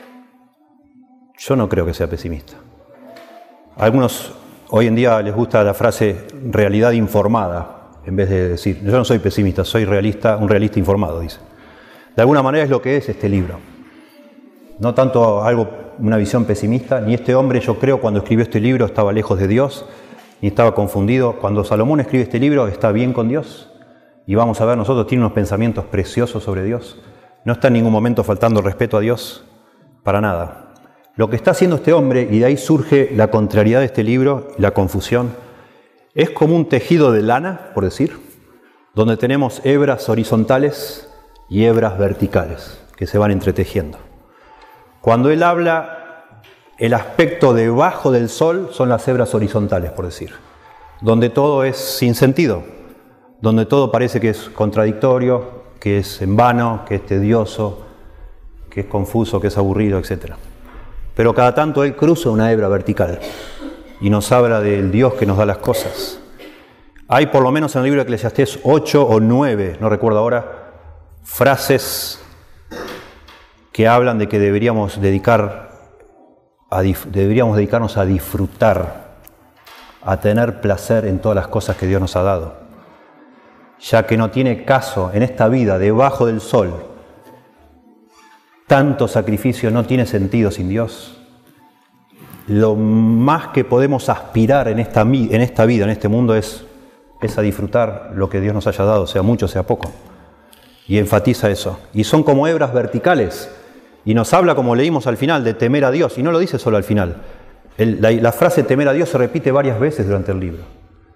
Yo no creo que sea pesimista. A algunos hoy en día les gusta la frase realidad informada, en vez de decir, yo no soy pesimista, soy realista, un realista informado, dice. De alguna manera es lo que es este libro. No tanto algo, una visión pesimista, ni este hombre, yo creo, cuando escribió este libro estaba lejos de Dios, ni estaba confundido. Cuando Salomón escribe este libro está bien con Dios, y vamos a ver, nosotros tiene unos pensamientos preciosos sobre Dios. No está en ningún momento faltando el respeto a Dios, para nada. Lo que está haciendo este hombre, y de ahí surge la contrariedad de este libro, la confusión, es como un tejido de lana, por decir, donde tenemos hebras horizontales y hebras verticales, que se van entretejiendo. Cuando él habla, el aspecto debajo del sol son las hebras horizontales, por decir, donde todo es sin sentido, donde todo parece que es contradictorio, que es en vano, que es tedioso, que es confuso, que es aburrido, etcétera. Pero cada tanto él cruza una hebra vertical y nos habla del Dios que nos da las cosas. Hay por lo menos en el libro de Eclesiastés ocho o nueve, no recuerdo ahora, frases que hablan de que deberíamos dedicar a, deberíamos dedicarnos a disfrutar, a tener placer en todas las cosas que Dios nos ha dado, ya que no tiene caso en esta vida debajo del sol. Tanto sacrificio no tiene sentido sin Dios. Lo más que podemos aspirar en esta, en esta vida, en este mundo, es, es a disfrutar lo que Dios nos haya dado, sea mucho, sea poco. Y enfatiza eso. Y son como hebras verticales. Y nos habla, como leímos al final, de temer a Dios. Y no lo dice solo al final. El, la, la frase temer a Dios se repite varias veces durante el libro.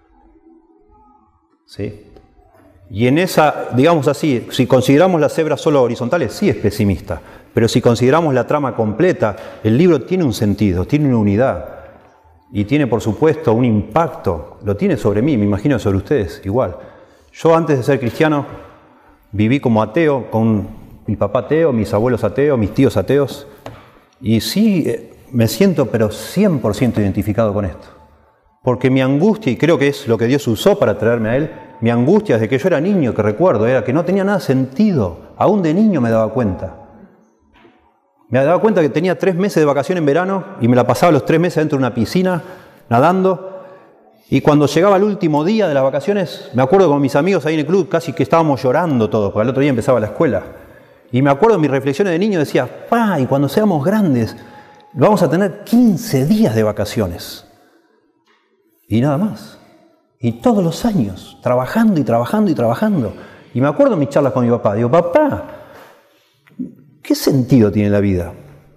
¿Sí? Y en esa, digamos así, si consideramos las hebras solo horizontales, sí es pesimista. Pero si consideramos la trama completa, el libro tiene un sentido, tiene una unidad. Y tiene, por supuesto, un impacto. Lo tiene sobre mí, me imagino sobre ustedes igual. Yo antes de ser cristiano viví como ateo, con mi papá ateo, mis abuelos ateos, mis tíos ateos. Y sí me siento, pero cien por ciento identificado con esto. Porque mi angustia, y creo que es lo que Dios usó para traerme a Él, mi angustia desde que yo era niño, que recuerdo, era que no tenía nada sentido. Aún de niño me daba cuenta. Me daba cuenta que tenía tres meses de vacación en verano y me la pasaba los tres meses dentro de una piscina, nadando. Y cuando llegaba el último día de las vacaciones, me acuerdo con mis amigos ahí en el club, casi que estábamos llorando todos, porque al otro día empezaba la escuela. Y me acuerdo en mis reflexiones de niño, decía, pa, y cuando seamos grandes, vamos a tener quince días de vacaciones. Y nada más. Y todos los años, trabajando y trabajando y trabajando. Y me acuerdo en mis charlas con mi papá, digo, papá, ¿qué sentido tiene la vida?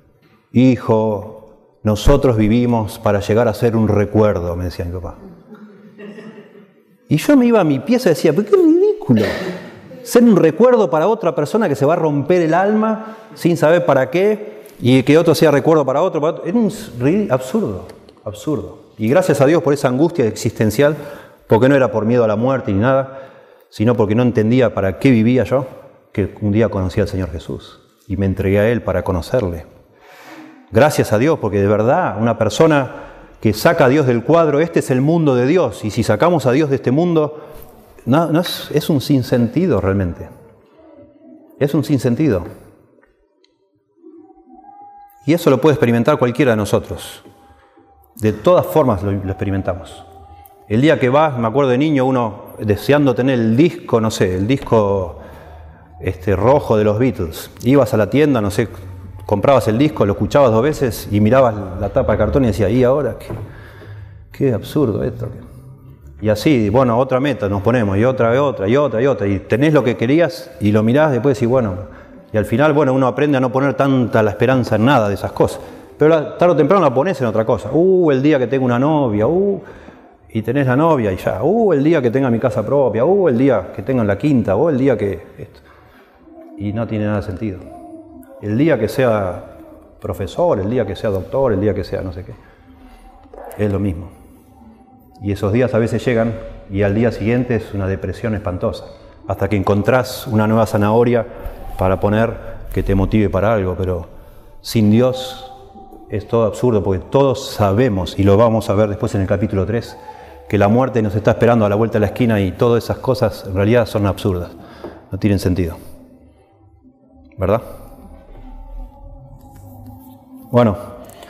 hijo, nosotros vivimos para llegar a ser un recuerdo, me decía mi papá. Y yo me iba a mi pieza y decía, pero qué ridículo. Ser un recuerdo para otra persona que se va a romper el alma sin saber para qué, y que otro sea recuerdo para otro. Para otro. Era un absurdo, absurdo. Y gracias a Dios por esa angustia existencial, porque no era por miedo a la muerte ni nada, sino porque no entendía para qué vivía yo, que un día conocí al Señor Jesús y me entregué a Él para conocerle. Gracias a Dios, porque de verdad, una persona que saca a Dios del cuadro, este es el mundo de Dios, y si sacamos a Dios de este mundo, no, no es, es un sinsentido realmente. Es un sinsentido. Y eso lo puede experimentar cualquiera de nosotros. De todas formas lo, lo experimentamos. El día que vas, me acuerdo de niño, uno deseando tener el disco, no sé, el disco este, rojo de los Beatles. Ibas a la tienda, no sé, comprabas el disco, lo escuchabas dos veces y mirabas la tapa de cartón y decías, ¿y ahora qué? Qué absurdo esto. Y así, bueno, otra meta nos ponemos, y otra, y otra, y otra, y otra. Y tenés lo que querías y lo mirás, después decís, bueno, y al final, bueno, uno aprende a no poner tanta la esperanza en nada de esas cosas. Pero tarde o temprano la pones en otra cosa. Uh, el día que tengo una novia, uh, y tenés la novia y ya. Uh, el día que tenga mi casa propia, uh, el día que tenga la quinta, uh, el día que... esto. Y no tiene nada de sentido. El día que sea profesor, el día que sea doctor, el día que sea no sé qué. Es lo mismo. Y esos días a veces llegan y al día siguiente es una depresión espantosa. Hasta que encontrás una nueva zanahoria para poner que te motive para algo. Pero sin Dios es todo absurdo, porque todos sabemos, y lo vamos a ver después en el capítulo tres, que la muerte nos está esperando a la vuelta de la esquina y todas esas cosas en realidad son absurdas. No tienen sentido. ¿Verdad? Bueno,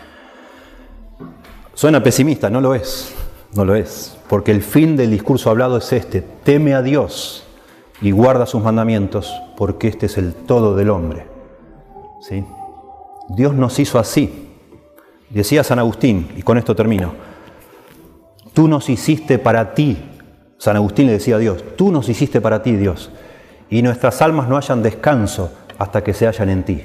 suena pesimista, no lo es. No lo es, porque el fin del discurso hablado es este: teme a Dios y guarda sus mandamientos, porque este es el todo del hombre. ¿Sí? Dios nos hizo así. Decía San Agustín, y con esto termino, tú nos hiciste para ti. San Agustín le decía a Dios, tú nos hiciste para ti, Dios, y nuestras almas no hallan descanso hasta que se hallan en ti.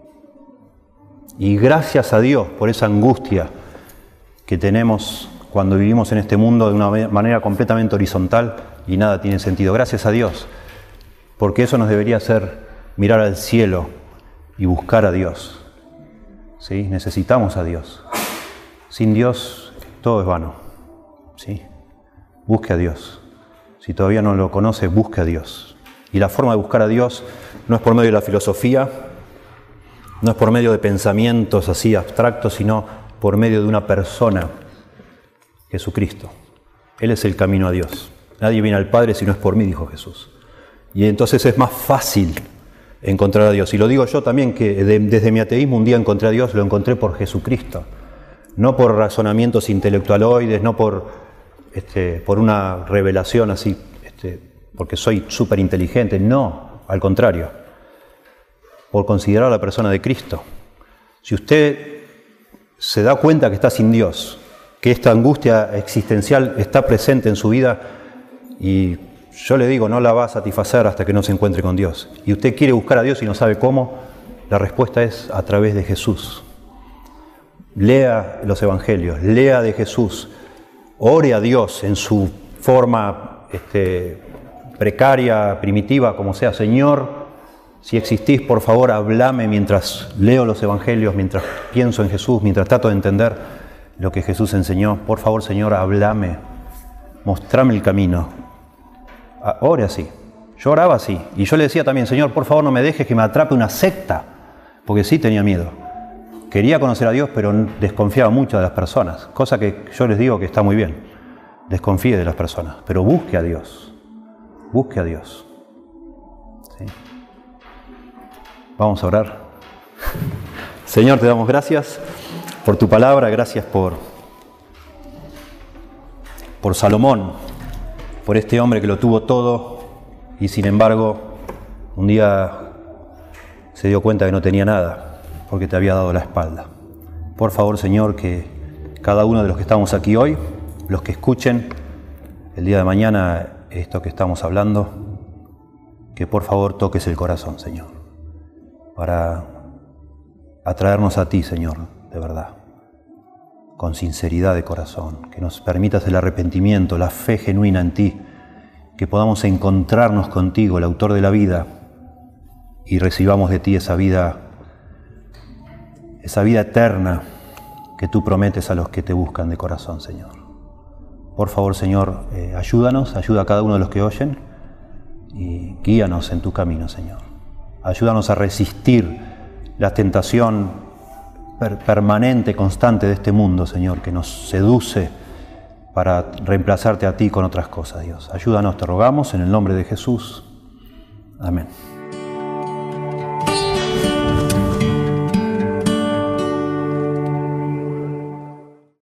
Y gracias a Dios por esa angustia que tenemos cuando vivimos en este mundo de una manera completamente horizontal y nada tiene sentido. Gracias a Dios, porque eso nos debería hacer mirar al cielo y buscar a Dios. ¿Sí? Necesitamos a Dios. Sin Dios todo es vano. ¿Sí? Busque a Dios. Si todavía no lo conoce, busque a Dios. Y la forma de buscar a Dios no es por medio de la filosofía, no es por medio de pensamientos así abstractos, sino por medio de una persona, Jesucristo. Él es el camino a Dios. Nadie viene al Padre si no es por mí, dijo Jesús. Y entonces es más fácil encontrar a Dios. Y lo digo yo también, que de, desde mi ateísmo un día encontré a Dios, lo encontré por Jesucristo. No por razonamientos intelectualoides, no por, este, por una revelación así, este, porque soy súper inteligente. No, al contrario. Por considerar a la persona de Cristo. Si usted se da cuenta que está sin Dios, que esta angustia existencial está presente en su vida, y yo le digo, no la va a satisfacer hasta que no se encuentre con Dios. Y usted quiere buscar a Dios y no sabe cómo, la respuesta es a través de Jesús. Lea los evangelios, lea de Jesús, ore a Dios en su forma este, precaria, primitiva, como sea. Señor, si existís, por favor, háblame mientras leo los evangelios, mientras pienso en Jesús, mientras trato de entender lo que Jesús enseñó. Por favor, Señor, háblame, mostrame el camino. Ore así. Yo oraba así. Y yo le decía también, Señor, por favor, no me dejes que me atrape una secta, porque sí tenía miedo. Quería conocer a Dios, pero desconfiaba mucho de las personas, cosa que yo les digo que está muy bien. Desconfíe de las personas, pero busque a Dios. Busque a Dios. ¿Sí? Vamos a orar. Señor, te damos gracias por tu palabra, gracias por, por Salomón, por este hombre que lo tuvo todo y sin embargo un día se dio cuenta que no tenía nada porque te había dado la espalda. Por favor, Señor, que cada uno de los que estamos aquí hoy, los que escuchen el día de mañana esto que estamos hablando, que por favor toques el corazón, Señor, para atraernos a ti, Señor, de verdad, con sinceridad de corazón, que nos permitas el arrepentimiento, la fe genuina en ti, que podamos encontrarnos contigo, el autor de la vida, y recibamos de ti esa vida, esa vida eterna que tú prometes a los que te buscan de corazón, Señor. Por favor, Señor, eh, ayúdanos, ayuda a cada uno de los que oyen y guíanos en tu camino, Señor. Ayúdanos a resistir la tentación per- permanente, constante de este mundo, Señor, que nos seduce para reemplazarte a ti con otras cosas, Dios. Ayúdanos, te rogamos, en el nombre de Jesús. Amén.